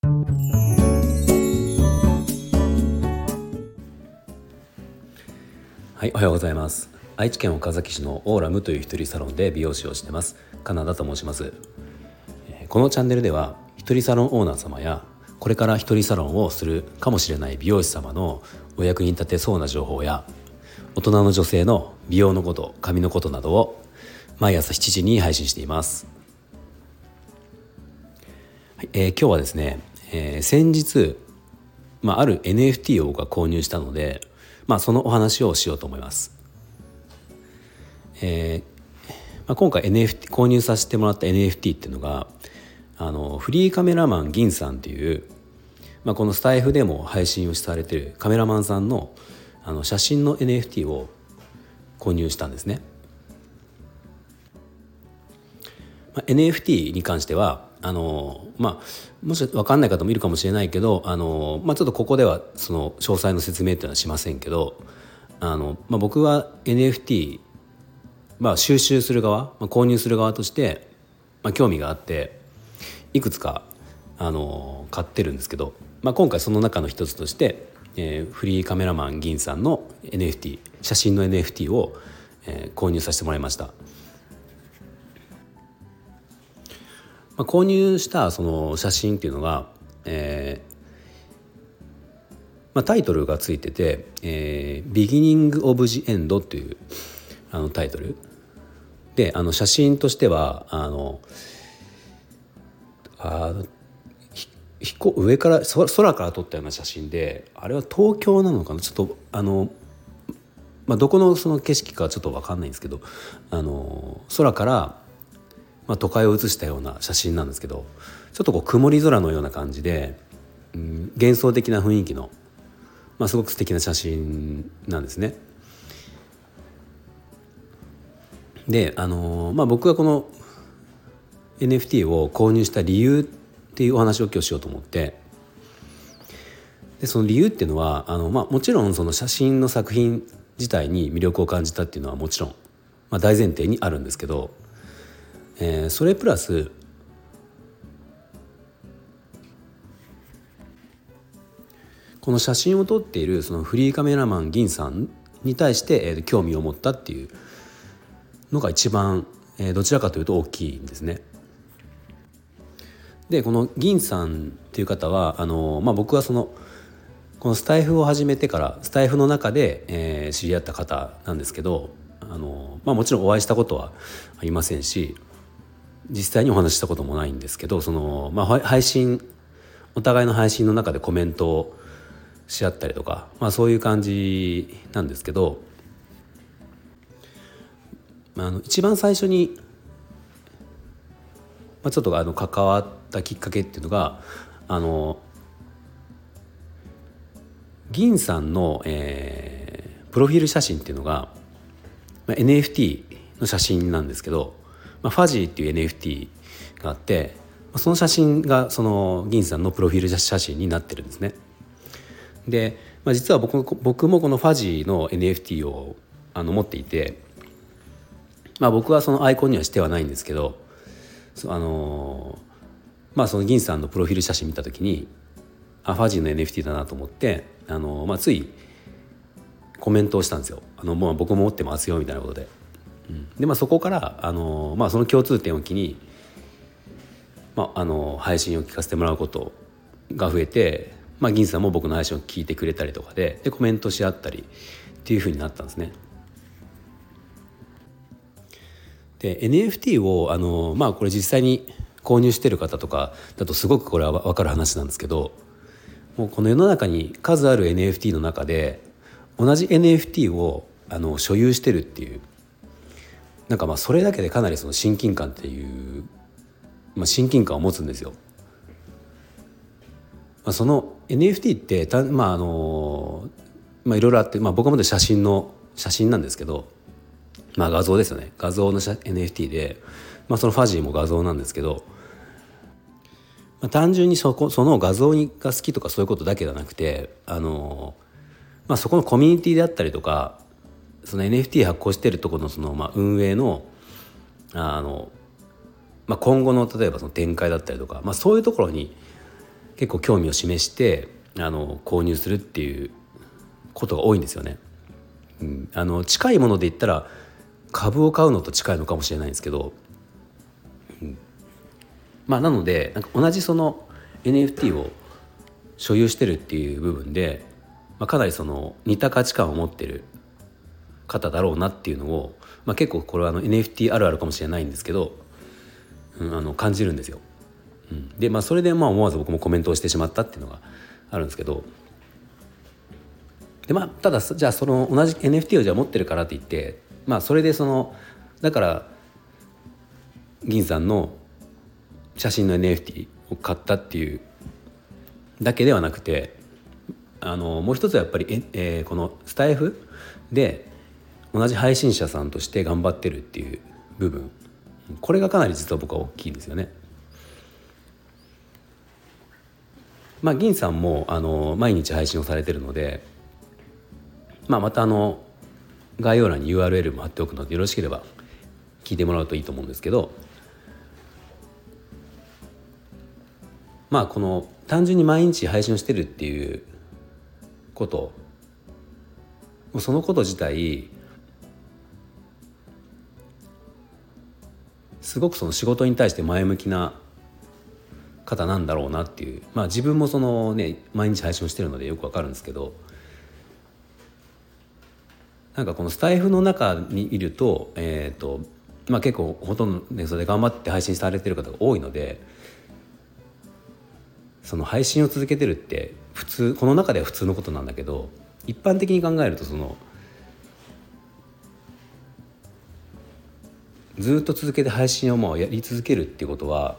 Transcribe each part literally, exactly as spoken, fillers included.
はい、おはようございます。愛知県岡崎市のオーラムという一人サロンで美容師をしてますカナダと申します。このチャンネルでは一人サロンオーナー様やこれから一人サロンをするかもしれない美容師様のお役に立てそうな情報や大人の女性の美容のこと、髪のことなどを毎朝しちじに配信しています。はい、えー、今日はですね、えー、先日、まあ、ある エヌエフティー を僕が購入したので、まあ、そのお話をしようと思います。えーまあ、今回 エヌエフティー 購入させてもらった エヌエフティー っていうのがあのフリーカメラマン銀さんっていう、まあ、このスタイフでも配信をされているカメラマンさんの、あの写真の エヌエフティー を購入したんですね。まあ、エヌエフティー に関してはあの、まあ、もし分かんない方もいるかもしれないけどあの、まあ、ちょっとここではその詳細の説明っていうのはしませんけどあの、まあ、僕は エヌエフティー、まあ、収集する側、まあ、購入する側として、まあ、興味があっていくつかあの買ってるんですけど、まあ、今回その中の一つとして、えー、フリーカメラマン銀さんの エヌエフティー 写真の エヌエフティー を、えー、購入させてもらいました。まあ、購入したその写真っていうのが、えーまあ、タイトルがついてて「えー、Beginning of the End」っていうあのタイトルで、あの写真としてはあのあ飛行上から空空から撮ったような写真で、あれは東京なのかな、ちょっとあの、まあ、どこのその景色かちょっと分かんないんですけど、あの空からまあ、都会を写したような写真なんですけど、ちょっとこう曇り空のような感じで、うん、幻想的な雰囲気の、まあ、すごく素敵な写真なんですね。で、あのーまあ、僕がこの エヌエフティー を購入した理由っていうお話を今日しようと思って、でその理由っていうのはあの、まあ、もちろんその写真の作品自体に魅力を感じたっていうのはもちろん、まあ、大前提にあるんですけど、えー、それプラスこの写真を撮っているそのフリーカメラマン銀さんに対して、えー、興味を持ったっていうのが一番、えー、どちらかというと大きいんですね。でこの銀さんっていう方はあの、まあ、僕はそのこのスタイフを始めてからスタイフの中で、えー、知り合った方なんですけど、あの、まあ、もちろんお会いしたことはありませんし実際にお話ししたこともないんですけど、その、まあ、配信お互いの配信の中でコメントをし合ったりとか、まあ、そういう感じなんですけど、まあ、あの一番最初に、まあ、ちょっとあの関わったきっかけっていうのがあの銀さんの、えー、プロフィール写真っていうのが、まあ、エヌエフティー の写真なんですけど、まあ、ファジーっていう エヌエフティー があってその写真がその銀さんのプロフィール写真になってるんですね。で、まあ、実は 僕, 僕もこのファジーの エヌエフティー をあの持っていて、まあ、僕はそのアイコンにはしてはないんですけど、あのまあその銀さんのプロフィール写真見た時にあファジーの エヌエフティー だなと思って、あの、まあ、ついコメントをしたんですよ。あの、まあ、僕も持ってますよみたいなことで。でまあ、そこからあの、まあ、その共通点を機に、まあ、あの配信を聞かせてもらうことが増えて、まあ、銀さんも僕の配信を聞いてくれたりとか で, でコメントし合ったりっていう風になったんですね。で エヌエフティー をあの、まあ、これ実際に購入してる方とかだとすごくこれは分かる話なんですけど、もうこの世の中に数ある エヌエフティー の中で同じ エヌエフティー をあの所有してるっていう、なんかまあそれだけでかなりその親近感っていう、まあ、親近感を持つんですよ。まあ、その エヌエフティー ってた、まああのまあ、いろいろあって、まあ、僕はまだ写真の写真なんですけど、まあ、画像ですよね。画像の エヌエフティー で、まあ、そのファジーも画像なんですけど、まあ、単純にそこその画像が好きとかそういうことだけじゃなくて、あの、まあ、そこのコミュニティであったりとかその エヌエフティー 発行しているところのそのまあ運営のあの、まあ、今後の例えばその展開だったりとか、まあ、そういうところに結構興味を示してあの購入するっていうことが多いんですよね。うん、あの近いもので言ったら株を買うのと近いのかもしれないんですけど、うん、まあなのでなんか同じその エヌエフティー を所有してるっていう部分で、まあ、かなりその似た価値観を持ってる方だろうなっていうのを、まあ、結構これはあの エヌエフティー あるあるかもしれないんですけど、うん、あの感じるんですよ。うん、で、まあ、それでまあ思わず僕もコメントをしてしまったっていうのがあるんですけど、で、まあ、ただじゃあその同じ エヌエフティー をじゃあ持ってるからって言って、まあ、それでそのだから銀さんの写真の エヌエフティー を買ったっていうだけではなくて、あのもう一つはやっぱりえ、えー、このスタイフで同じ配信者さんとして頑張ってるっていう部分、これがかなり実は僕は大きいんですよね。まあ銀さんもあの毎日配信をされてるので、まあ、またあの概要欄に ユーアールエル も貼っておくのでよろしければ聞いてもらうといいと思うんですけど、まあこの単純に毎日配信をしてるっていうことそのこと自体すごくその仕事に対して前向きな方なんだろうなっていう、まあ自分もそのね毎日配信をしてるのでよくわかるんですけど、なんかこのスタイフの中にいると、えーとまあ、結構ほとんど、ね、それで頑張って配信されてる方が多いので、その配信を続けてるって普通この中では普通のことなんだけど、一般的に考えるとそのずっと続けて配信をもうやり続けるっていうことは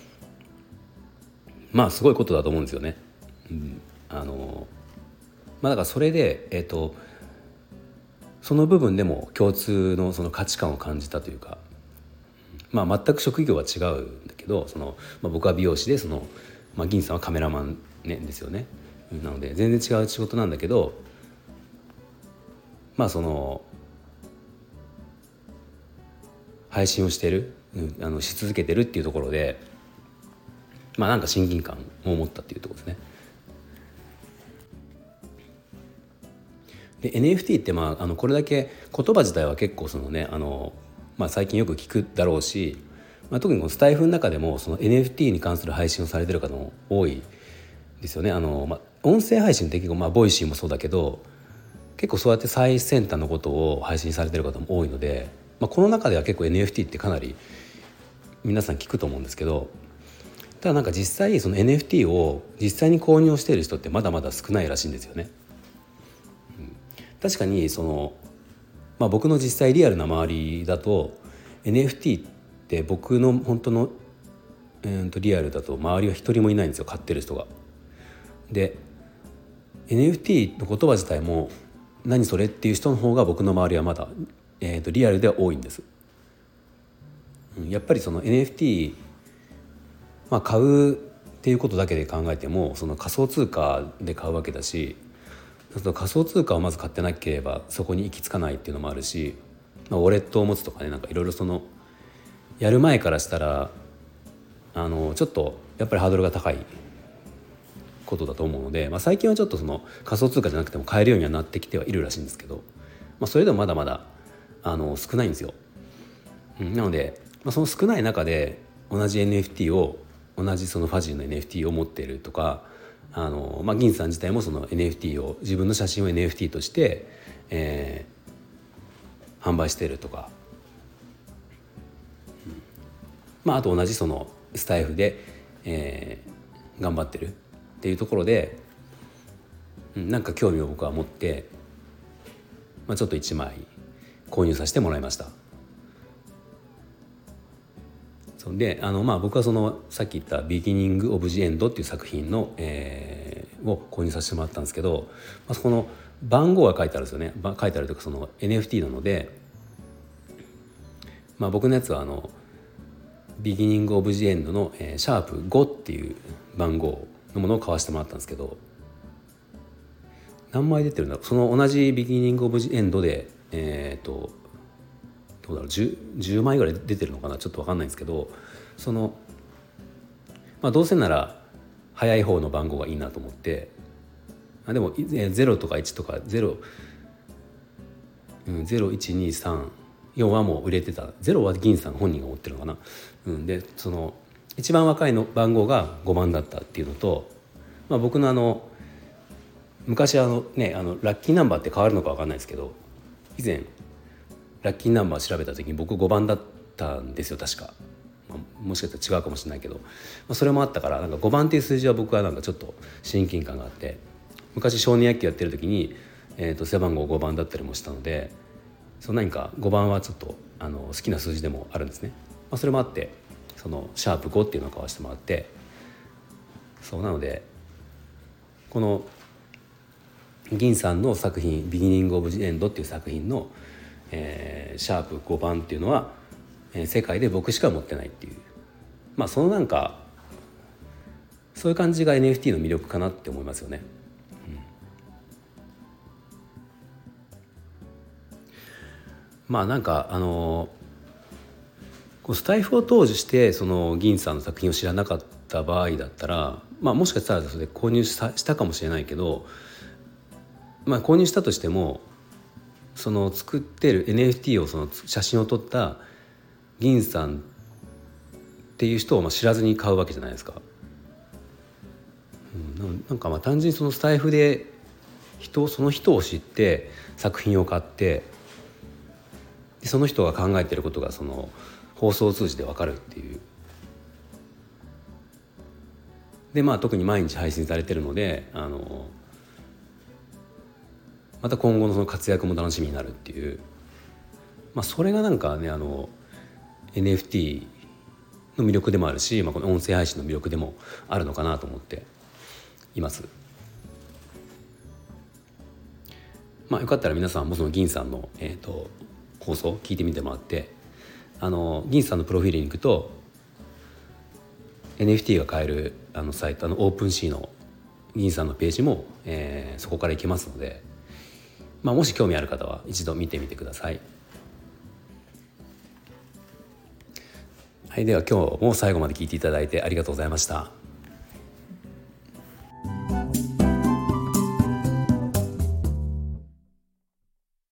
まあすごいことだと思うんですよね。うん、あのまあだからそれでえっ、ー、とその部分でも共通のその価値観を感じたというか、まあ全く職業は違うんだけど、その、まあ、僕は美容師でその、まあ、銀さんはカメラマン、ね、ですよね。なので全然違う仕事なんだけど、まあその配信をしてる、うん、あのし続けてるっていうところで、まあなんか親近感を持ったっていうところですね。で エヌエフティー って、まあ、あのこれだけ言葉自体は結構そのねあの、まあ、最近よく聞くだろうし、まあ、特にこのスタイフの中でもその エヌエフティー に関する配信をされてる方も多いですよね。あの、まあ、音声配信って結構、まあ、ボイシーもそうだけど結構そうやって最先端のことを配信されてる方も多いので、まあ、この中では結構 エヌエフティー ってかなり皆さん聞くと思うんですけど、ただなんか実際その エヌエフティー を実際に購入している人ってまだまだ少ないらしいんですよね。確かにその、まあ、僕の実際リアルな周りだと エヌエフティー って僕の本当の、えー、とリアルだと周りは一人もいないんですよ、買ってる人が。で エヌエフティー の言葉自体も何それっていう人の方が僕の周りはまだ、えー、とリアルでは多いんです。やっぱりその エヌエフティー、まあ、買うっていうことだけで考えてもその仮想通貨で買うわけだし、仮想通貨をまず買ってなければそこに行き着かないっていうのもあるし、まあ、ウォレットを持つとかね、なんかいろいろそのやる前からしたらあのちょっとやっぱりハードルが高いことだと思うので、まあ、最近はちょっとその仮想通貨じゃなくても買えるようにはなってきてはいるらしいんですけど、まあ、それでもまだまだあの少ないんですよ。うん、なので、まあ、その少ない中で同じ エヌエフティー を同じそのファジーの エヌエフティー を持っているとか、あの、まあ、銀さん自体もその エヌエフティー を自分の写真を エヌエフティー として、えー、販売しているとか、うん、まああと同じそのスタイフで、えー、頑張ってるっていうところで、うん、なんか興味を僕は持って、まあ、ちょっといちまい購入させてもらいました。であのまあ僕はそのさっき言った「ビギニング・オブ・ジ・エンド」っていう作品の、えー、を購入させてもらったんですけど、まあ、そこの番号が書いてあるんですよね。書いてあるというかその エヌエフティー なので、まあ、僕のやつはあの「ビギニング・オブ・ジ・エンド」の、えー、シャープごっていう番号のものを買わせてもらったんですけど、何枚出てるんだろう。その同じ「ビギニング・オブ・ジ・エンドで」えっ、ー、とどうだろう 10, じゅうまいぐらい出てるのかな、ちょっと分かんないんですけど、その、まあ、どうせなら早い方の番号がいいなと思って、あでもゼロとかいちとかゼロ、うん、ゼロいちにさんよんはもう売れてた。ゼロは銀さん本人が持ってるのかな、うん、でその一番若いの番号がごばんだったっていうのと、まあ、僕のあの昔あのねあのラッキーナンバーって変わるのか分かんないですけど、以前ラッキーナンバー調べた時に僕ごばんだったんですよ確か、まあ、もしかしたら違うかもしれないけど、まあ、それもあったからなんかごばんっていう数字は僕はなんかちょっと親近感があって、昔少年野球やってる時に、えー、と背番号ごばんだったりもしたので、その何かごばんはちょっとあの好きな数字でもあるんですね、まあ、それもあってそのシャープごっていうのを買わせてもらって、そうなのでこの銀さんの作品「ビギニング・オブ・ジ・エンド」っていう作品の、えー、シャープごばんっていうのは、えー、世界で僕しか持ってないっていう、まあそのなんかそういう感じが エヌエフティー の魅力かなって思いますよね、うん、まあなんかあのー、スタイフを通してその銀さんの作品を知らなかった場合だったら、まあもしかしたらそれで購入した、したかもしれないけど、まあ、購入したとしてもその作ってる エヌエフティー をその写真を撮った銀さんっていう人をまあ知らずに買うわけじゃないですか、うん、なんかまあ単純にそのスタイフで人その人を知って作品を買って、でその人が考えてることがその放送を通じて分かるっていうで、まあ特に毎日配信されてるのであのまた今後のその活躍も楽しみになるっていう、まあ、それがなんかねあの エヌエフティー の魅力でもあるし、まあ、この音声配信の魅力でもあるのかなと思っています。まあ、よかったら皆さんもその銀さんの、えーと、放送聞いてみてもらって、あの銀さんのプロフィールに行くと エヌエフティー が買えるあのサイト、あのオープンシーの銀さんのページも、えー、そこから行けますので、まあ、もし興味ある方は一度見てみてください。はい、では今日も最後まで聞いていただいてありがとうございました。